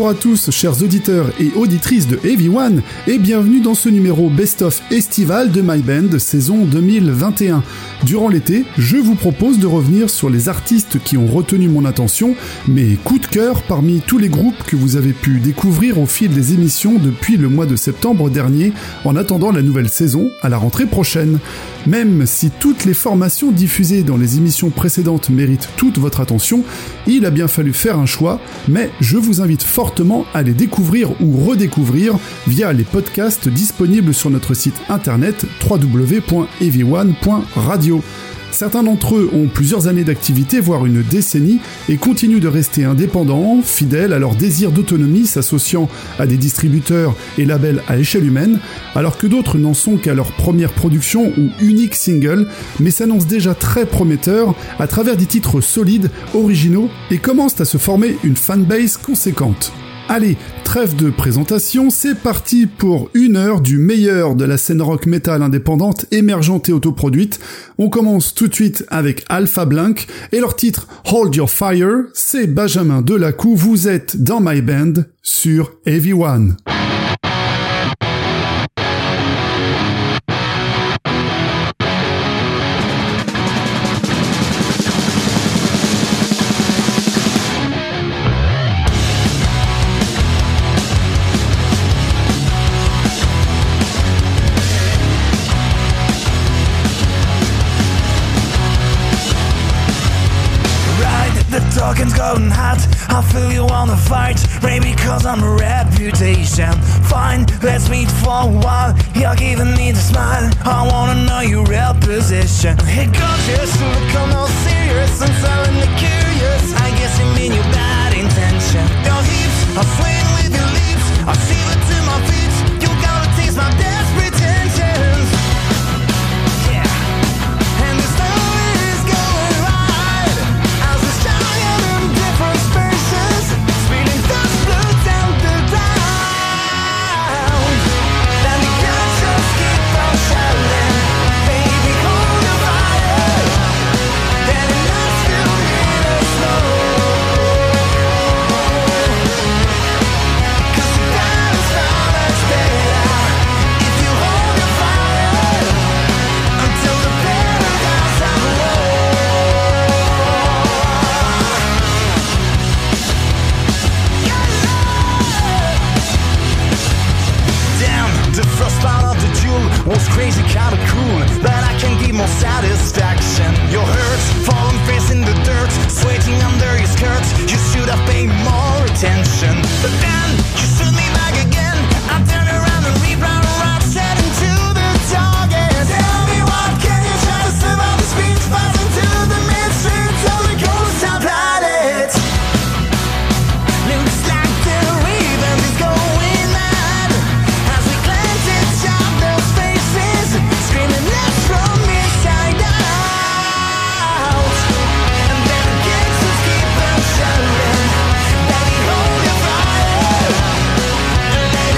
Bonjour à tous, chers auditeurs et auditrices de Heavy One, et bienvenue dans ce numéro Best-of estival de My Band saison 2021. Durant l'été, je vous propose de revenir sur les artistes qui ont retenu mon attention, mes coups de cœur parmi tous les groupes que vous avez pu découvrir au fil des émissions depuis le mois de septembre dernier, en attendant la nouvelle saison à la rentrée prochaine. Même si toutes les formations diffusées dans les émissions précédentes méritent toute votre attention, il a bien fallu faire un choix, mais je vous invite fortement à les découvrir ou redécouvrir via les podcasts disponibles sur notre site internet www.heavyone.radio. Certains d'entre eux ont plusieurs années d'activité, voire une décennie, et continuent de rester indépendants, fidèles à leur désir d'autonomie, s'associant à des distributeurs et labels à échelle humaine, alors que d'autres n'en sont qu'à leur première production ou unique single, mais s'annoncent déjà très prometteurs à travers des titres solides, originaux, et commencent à se former une fanbase conséquente. Allez, trêve de présentation, c'est parti pour une heure du meilleur de la scène rock metal indépendante, émergente et autoproduite. On commence tout de suite avec Alpha Blank et leur titre Hold Your Fire, c'est Benjamin Delacou, vous êtes dans My Band sur Heavy One. Talking's going hot, I feel you wanna fight, maybe cause I'm a reputation. Fine, let's meet for a while, you're giving me the smile, I wanna know your real position. Hey gorgeous, you look all serious and silently curious, I guess you mean your bad intention. Your hips are swaying with your lips, I feel it to my feet, you gotta taste my desperate intentions. Yeah, and the story is going right, as we shine different spaces, spilling dust blue down the ground. Then the guns just keep on shouting, baby hold your fire. Then it must feel real slow, 'cause the battle's so much better if you hold your fire until the paradise I roll. The first part of the duel was crazy, kinda cool, but I can give more satisfaction. Your hurts, fallen face in the dirt, sweating under your skirts. You should have paid more attention, but then you stood me back again. I turned around and rebound around, set into the target. Tell me what can you try to survive the speed, fast into the midstream, tell me ghost town planet. Looks like the rhythm is going mad as we glance inside those faces, screaming left from inside out. And then the kids just keep on shouting, baby hold your fire, and let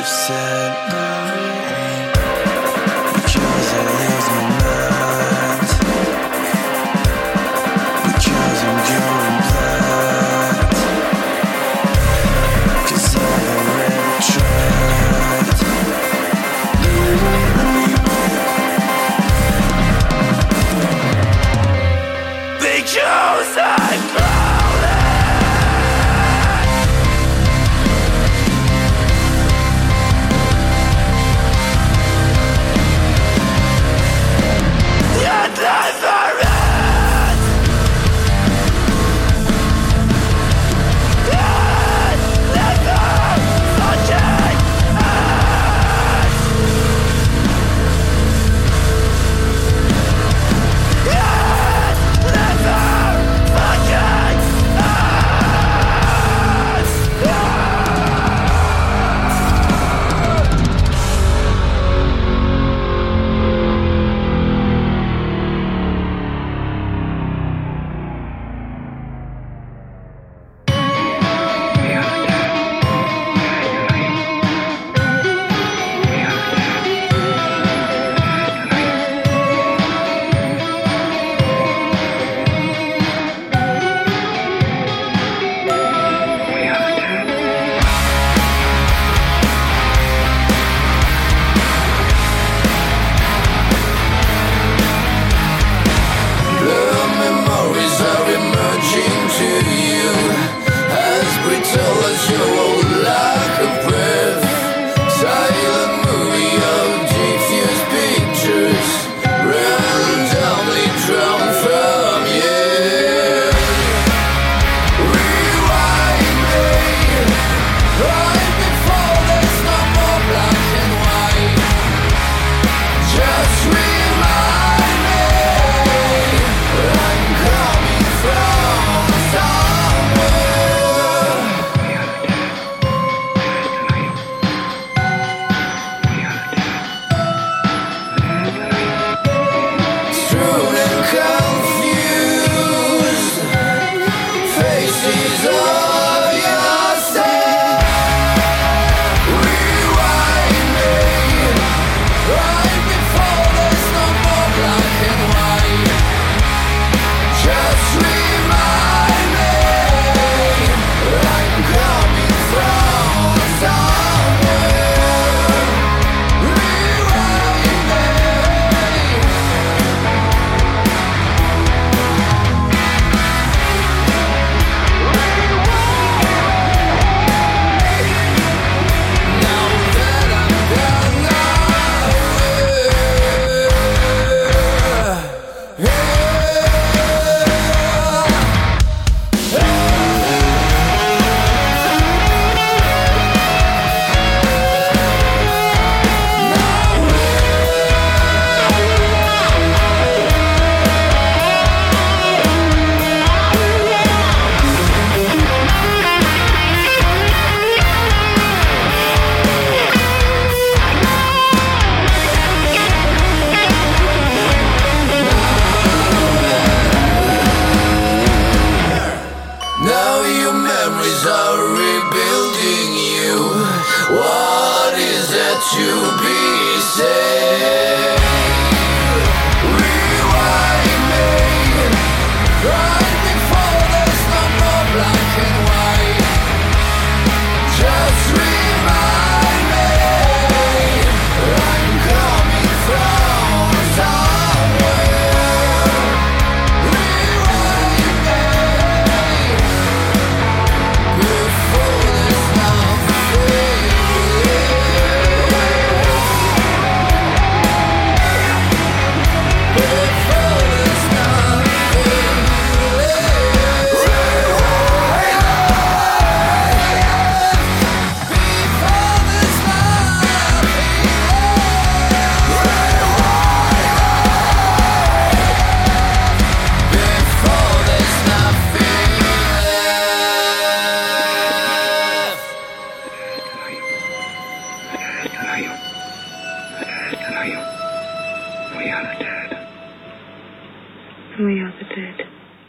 have said because I lose my mind, because I'm going blind, 'cause I've already tried. Because I'm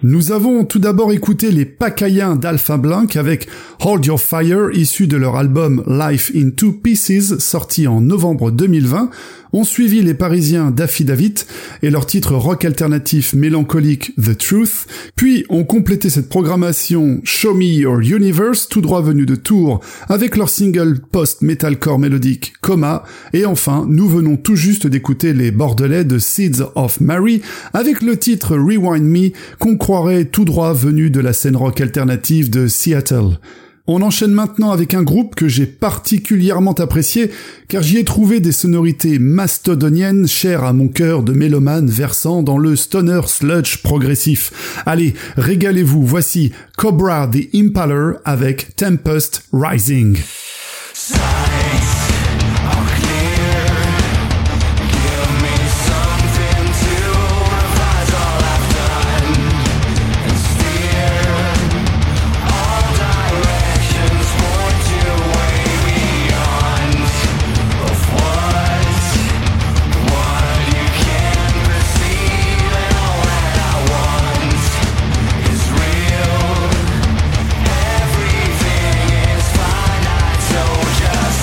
Nous avons tout d'abord écouté les Pacayens d'Alpha Blanc avec Hold Your Fire, issu de leur album Life in Two Pieces, sorti en novembre 2020. On suivi les Parisiens d'Affidavit et leur titre rock alternatif mélancolique The Truth. Puis on complété cette programmation Show Me Your Universe, tout droit venu de Tours, avec leur single post-metalcore mélodique Coma. Et enfin, nous venons tout juste d'écouter les Bordelais de Seeds of Mary avec le titre Rewind Me, qu'on croirait tout droit venu de la scène rock alternative de Seattle. On enchaîne maintenant avec un groupe que j'ai particulièrement apprécié car j'y ai trouvé des sonorités mastodoniennes chères à mon cœur de mélomane versant dans le stoner sludge progressif. Allez, régalez-vous, voici Cobra the Impaler avec Tempest Rising. Just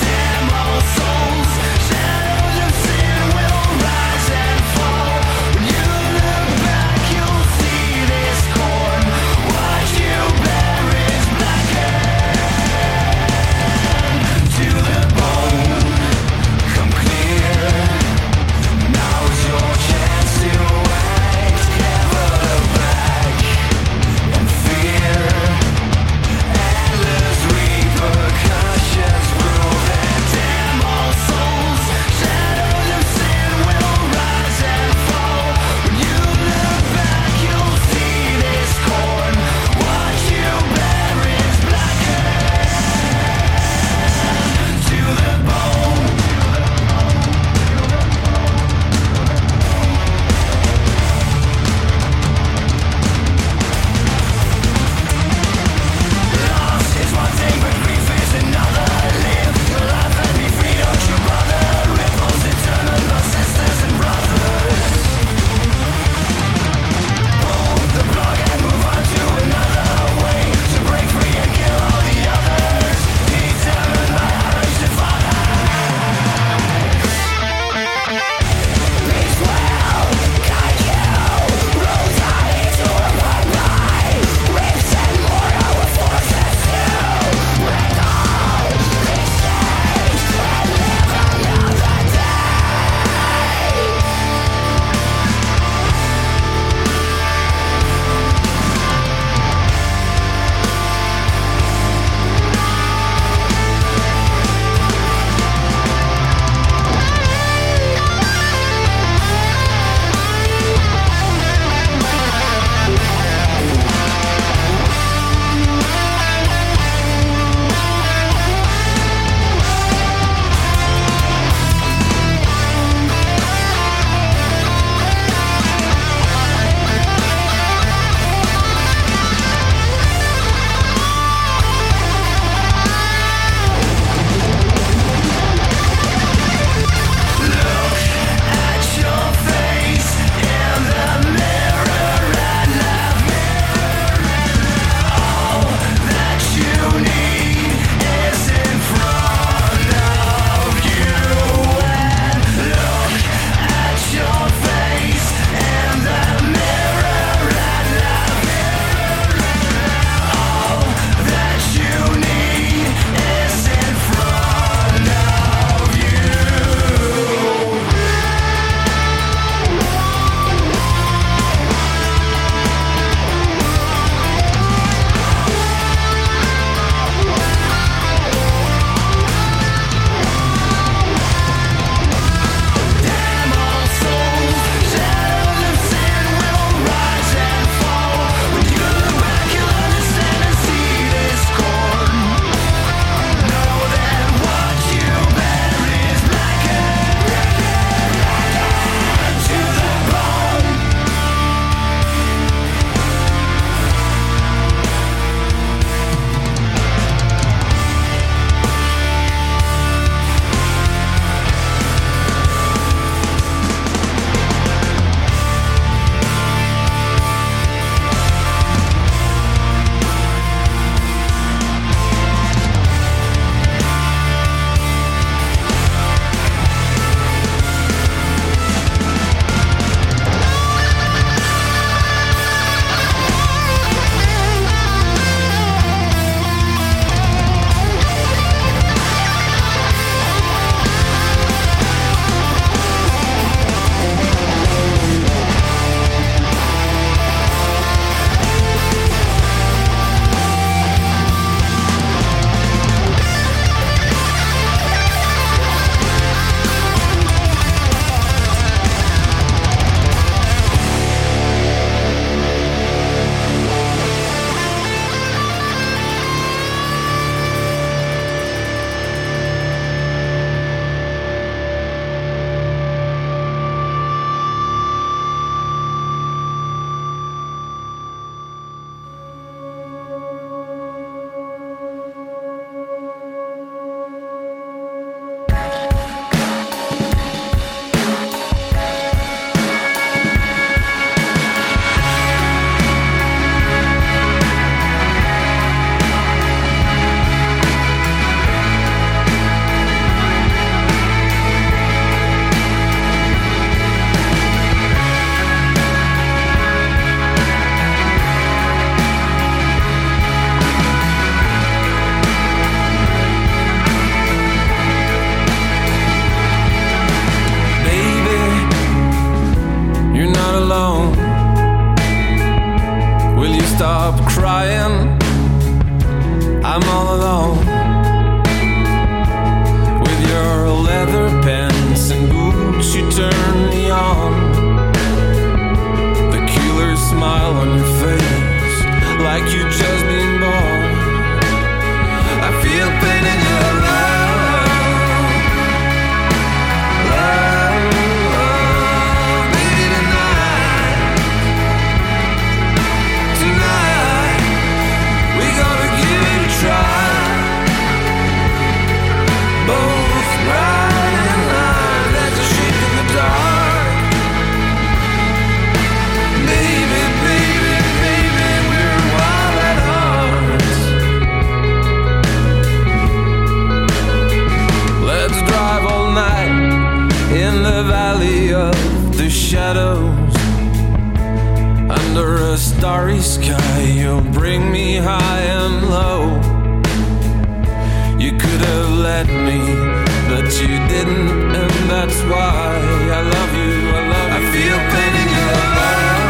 starry sky, you'll bring me high and low. You could have let me, but you didn't, and that's why I love you, I love you. I feel pain in your love,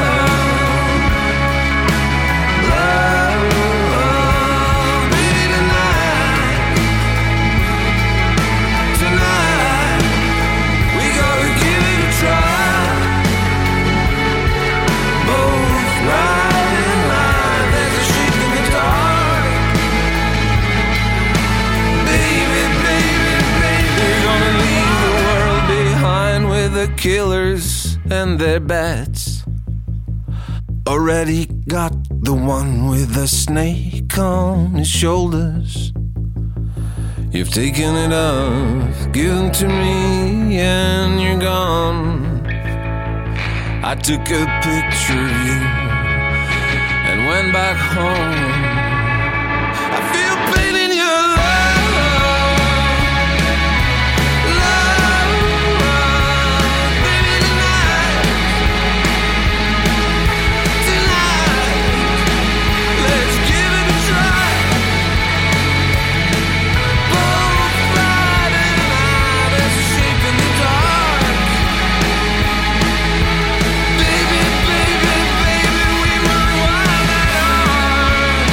love, baby, tonight, we gotta give it a try. Both right and line, there's a shake in the dark. Baby, baby, baby, we're gonna leave the world behind with the killers and their bats. Already got the one with the snake on his shoulders. You've taken it off, given to me, and you're gone. I took a picture of you and went back home. I feel pain in your love, love, baby, tonight, let's give it a try. Both right and high, there's a shape in the dark. Baby, baby, baby, we were wild at heart.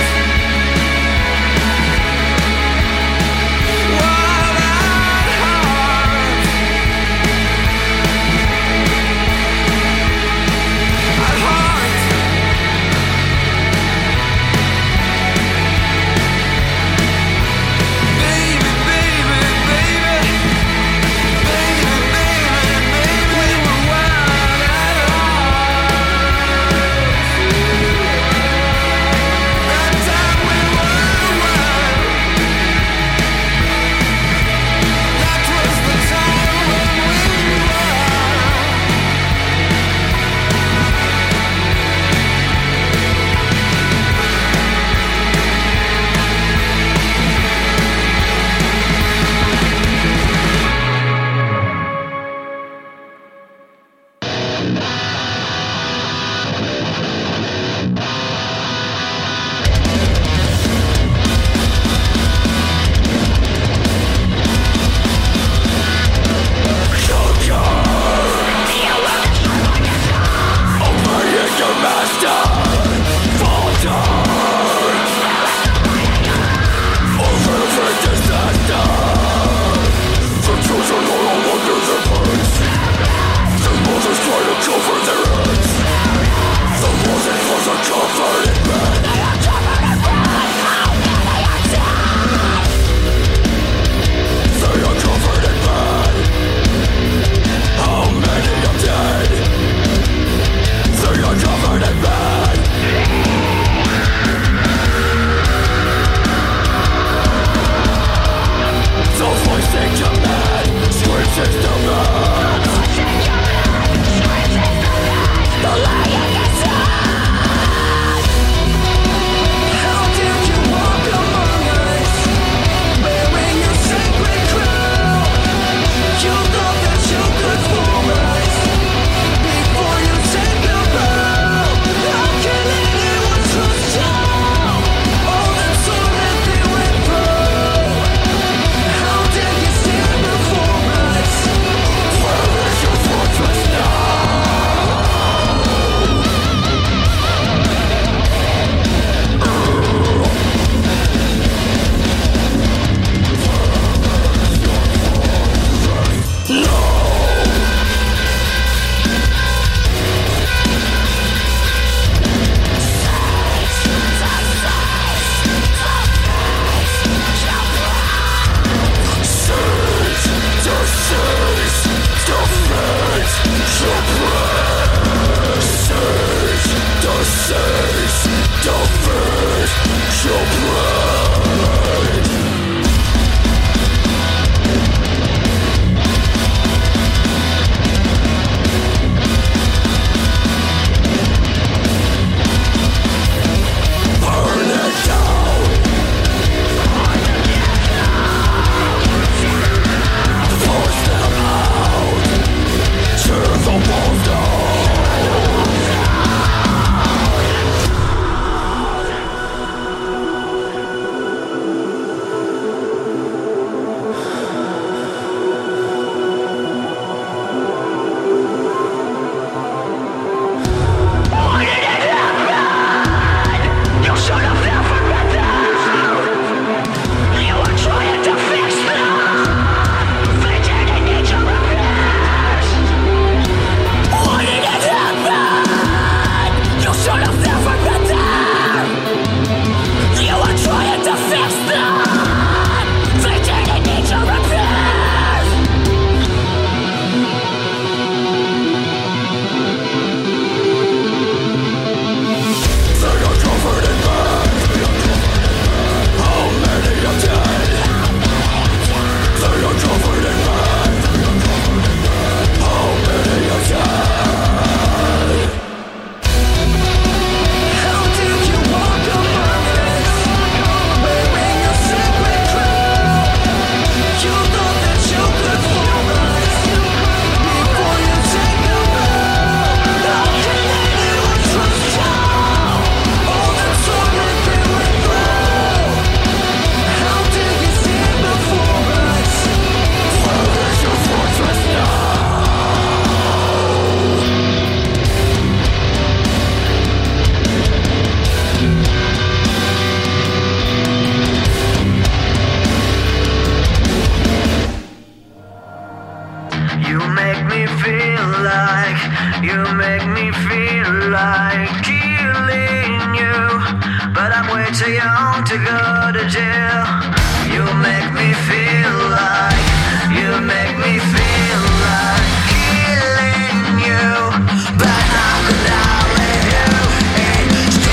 make me feel like killing you, but I'm way too young to go to jail. You make me feel like, you make me feel like killing you, but how could I let you in?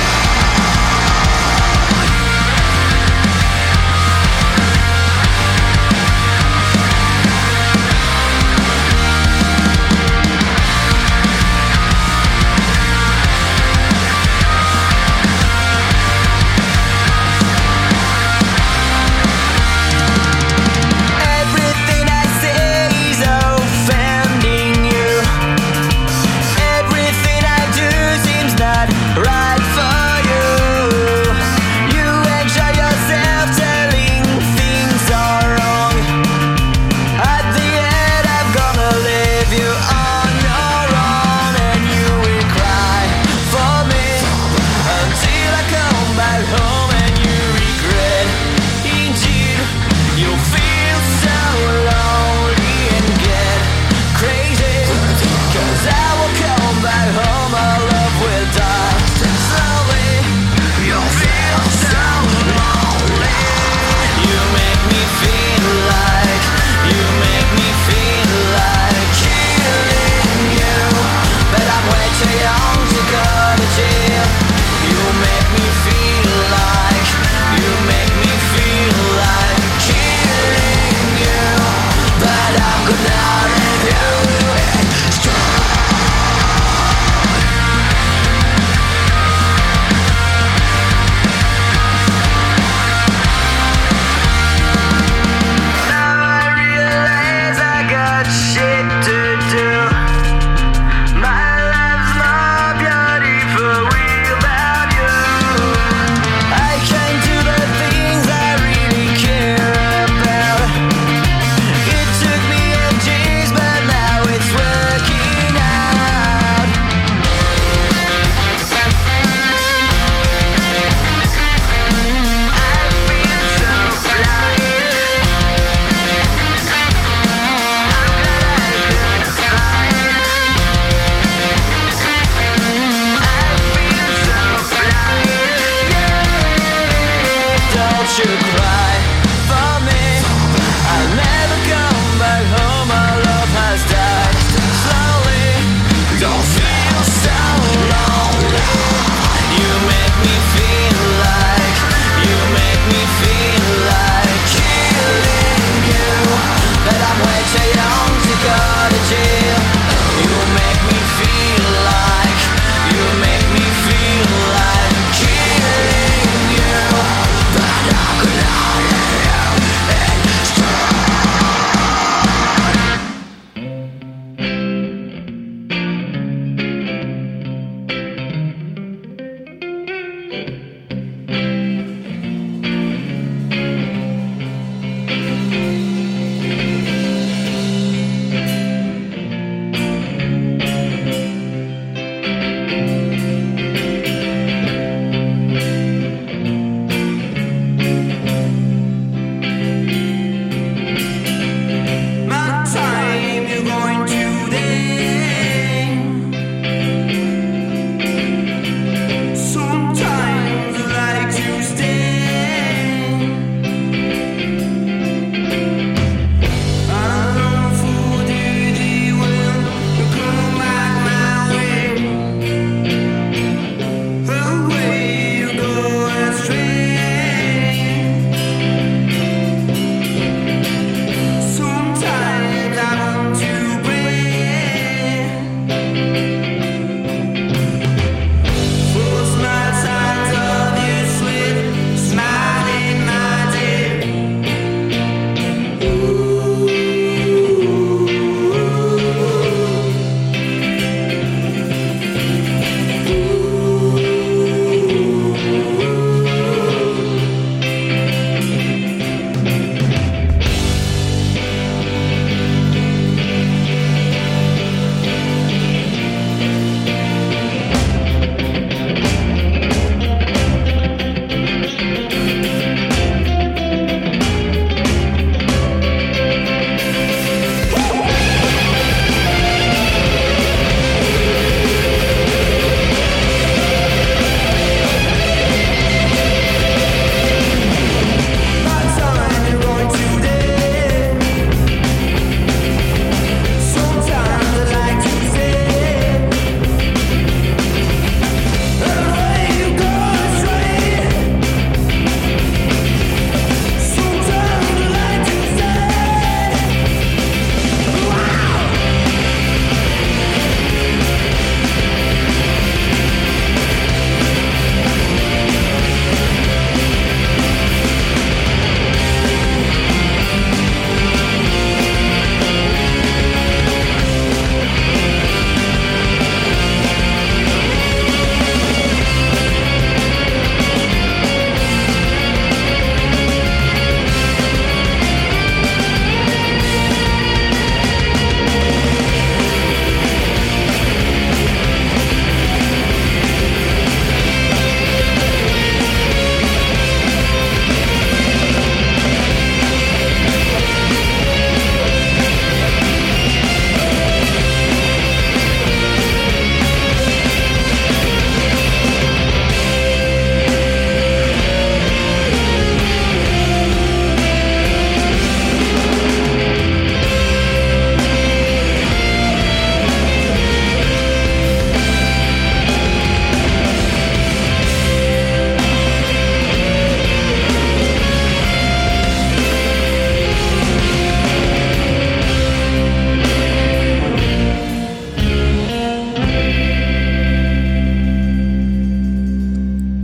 Everything I say is offending you. Everything I do seems not right for you. You enjoy yourself telling things are wrong. At the end I'm gonna leave you on your own, and you will cry for me until I come back home and you regret. Indeed, you'll feel so lonely and get crazy, 'cause I will come back home, our love will die slowly. You'll feel so lonely. You make me feel like, you make me feel like killing you, but I'm way too young to go to jail. You make me feel like, you make me feel like killing you, but I'm gonna leave you in. Now I realize I got shit to do. My life's more beautiful without you. I can't do the things I really care about. It took me ages, but now it's working out. I feel so blind. I'm glad I couldn't find. I feel so blind. Don't you cry for me. I'll never come back home. Our love has died slowly. Don't feel so lonely. You make me feel like, you make me feel like killing you, but I'm way too young to go to jail. You make me feel like, you make me feel like killing you, but how could I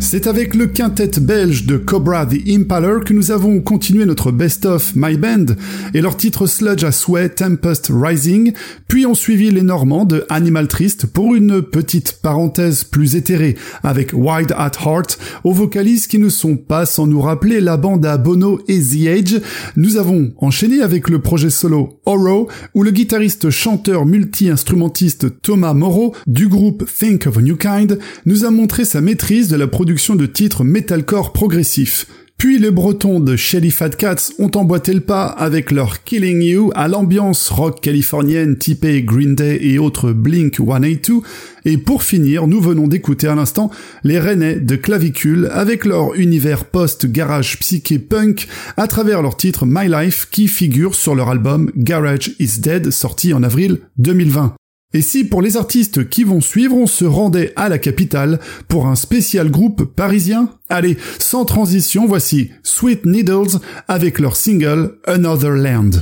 C'est avec le quintet belge de Cobra the Impaler que nous avons continué notre best-of My Band et leur titre sludge à souhait Tempest Rising, puis ont suivi les Normands de Animal Trist pour une petite parenthèse plus éthérée avec Wild at Heart aux vocalises qui ne sont pas sans nous rappeler la bande à Bono et The Age. Nous avons enchaîné avec le projet solo Oro où le guitariste chanteur multi-instrumentiste Thomas Moreau du groupe Think of a New Kind nous a montré sa maîtrise de la production de titres metalcore progressifs. Puis les Bretons de Shelly Fat Cats ont emboîté le pas avec leur Killing You à l'ambiance rock californienne typée Green Day et autres Blink-182. Et pour finir, nous venons d'écouter à l'instant les Rennais de Clavicule avec leur univers post-garage psyché punk à travers leur titre My Life qui figure sur leur album Garage is Dead sorti en avril 2020. Et si pour les artistes qui vont suivre, on se rendait à la capitale pour un spécial groupe parisien? Allez, sans transition, voici Sweet Needles avec leur single Another Land.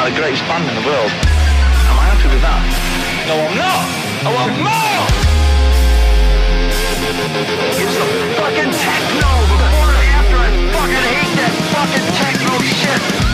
the greatest band in the world. Am I happy with that? No, I'm not! I want more! It's the fucking techno before and after. I fucking hate that fucking techno shit!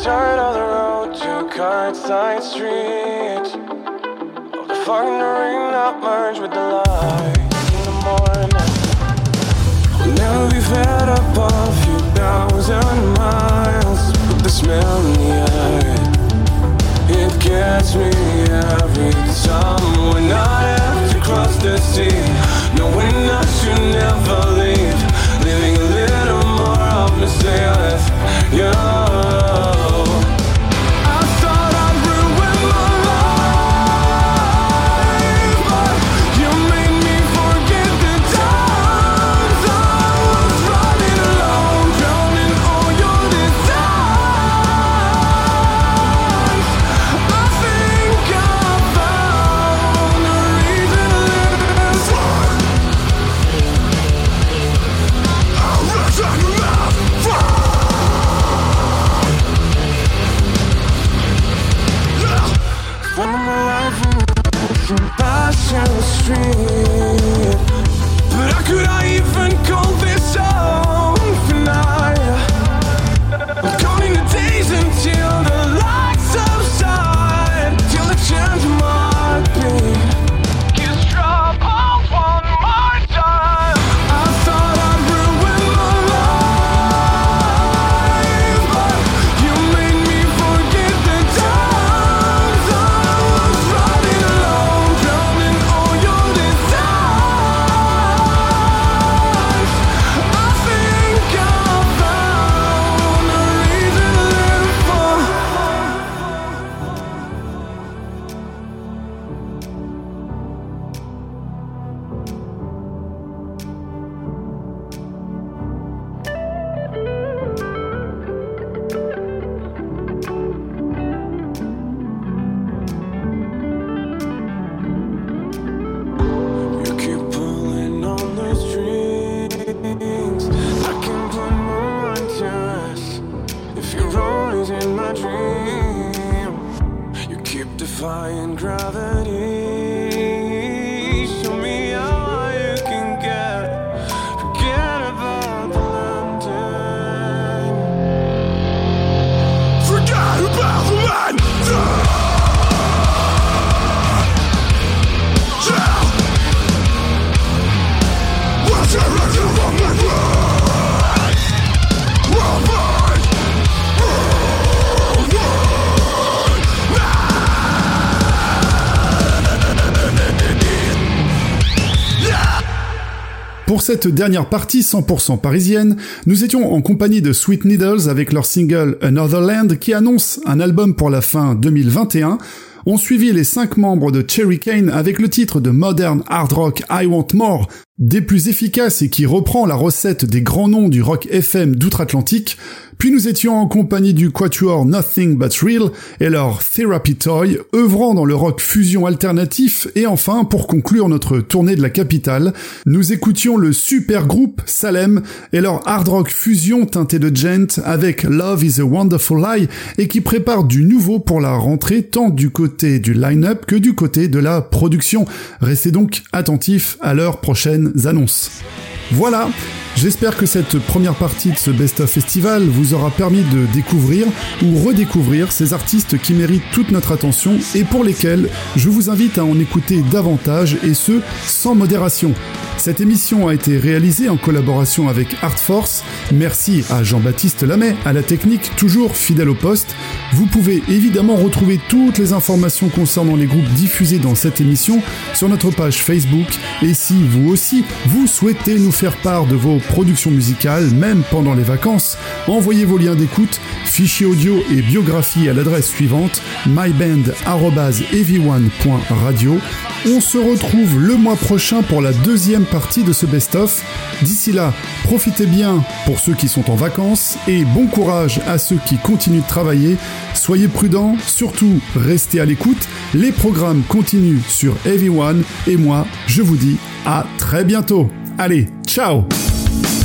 turn of the road to Cardside Street. Oh, the thundering up merge with the lights in the morning. We'll never be fed up a few thousand miles, but the smell in the air, it gets me every time. When I have to cross the sea, knowing I should never leave, living a little more of the stay with you. I thought I'd ruin my life, but you made me forget the times I was running alone, drowning all your desires. I think I found a reason to live. I'll rush on your mouth. One of my life from Passion Street, but how could I even call this home tonight? I'm counting the days until the lights subside, till the chance of my beat gets trouble one more time. I thought I'd ruin my life, but you made me forget the times I was running alone, drowning all your desires. I think I found a reason to live for. You keep pulling on the strings. I can put more on to us if you're always in my dream. You keep defying gravity. Show me how you can forget about the London. Forget about the London. Pour cette dernière partie 100% parisienne, nous étions en compagnie de Sweet Needles avec leur single Another Land qui annonce un album pour la fin 2021. On suivit les 5 membres de Cherry Kane avec le titre de Modern Hard Rock I Want More, des plus efficaces et qui reprend la recette des grands noms du rock FM d'outre-Atlantique. Puis nous étions en compagnie du quatuor Nothing But Real et leur Therapy Toy, œuvrant dans le rock fusion alternatif. Et enfin, pour conclure notre tournée de la capitale, nous écoutions le super groupe Salem et leur hard rock fusion teinté de gent avec Love Is a Wonderful Lie et qui prépare du nouveau pour la rentrée tant du côté du line-up que du côté de la production. Restez donc attentifs à leurs prochaines annonces. Voilà, j'espère que cette première partie de ce Best-of Festival vous aura permis de découvrir ou redécouvrir ces artistes qui méritent toute notre attention et pour lesquels je vous invite à en écouter davantage et ce, sans modération. Cette émission a été réalisée en collaboration avec Artforce. Merci à Jean-Baptiste Lamet, à la technique, toujours fidèle au poste. Vous pouvez évidemment retrouver toutes les informations concernant les groupes diffusés dans cette émission sur notre page Facebook. Et si vous aussi, vous souhaitez nous faire part de vos productions musicales, même pendant les vacances, envoyez vos liens d'écoute, fichiers audio et biographie à l'adresse suivante myband@heavyone.radio. On se retrouve le mois prochain pour la deuxième partie de ce best-of. D'ici là, profitez bien pour ceux qui sont en vacances et bon courage à ceux qui continuent de travailler. Soyez prudents, surtout restez à l'écoute. Les programmes continuent sur Heavy One et moi, je vous dis à très bientôt. Allez, ciao!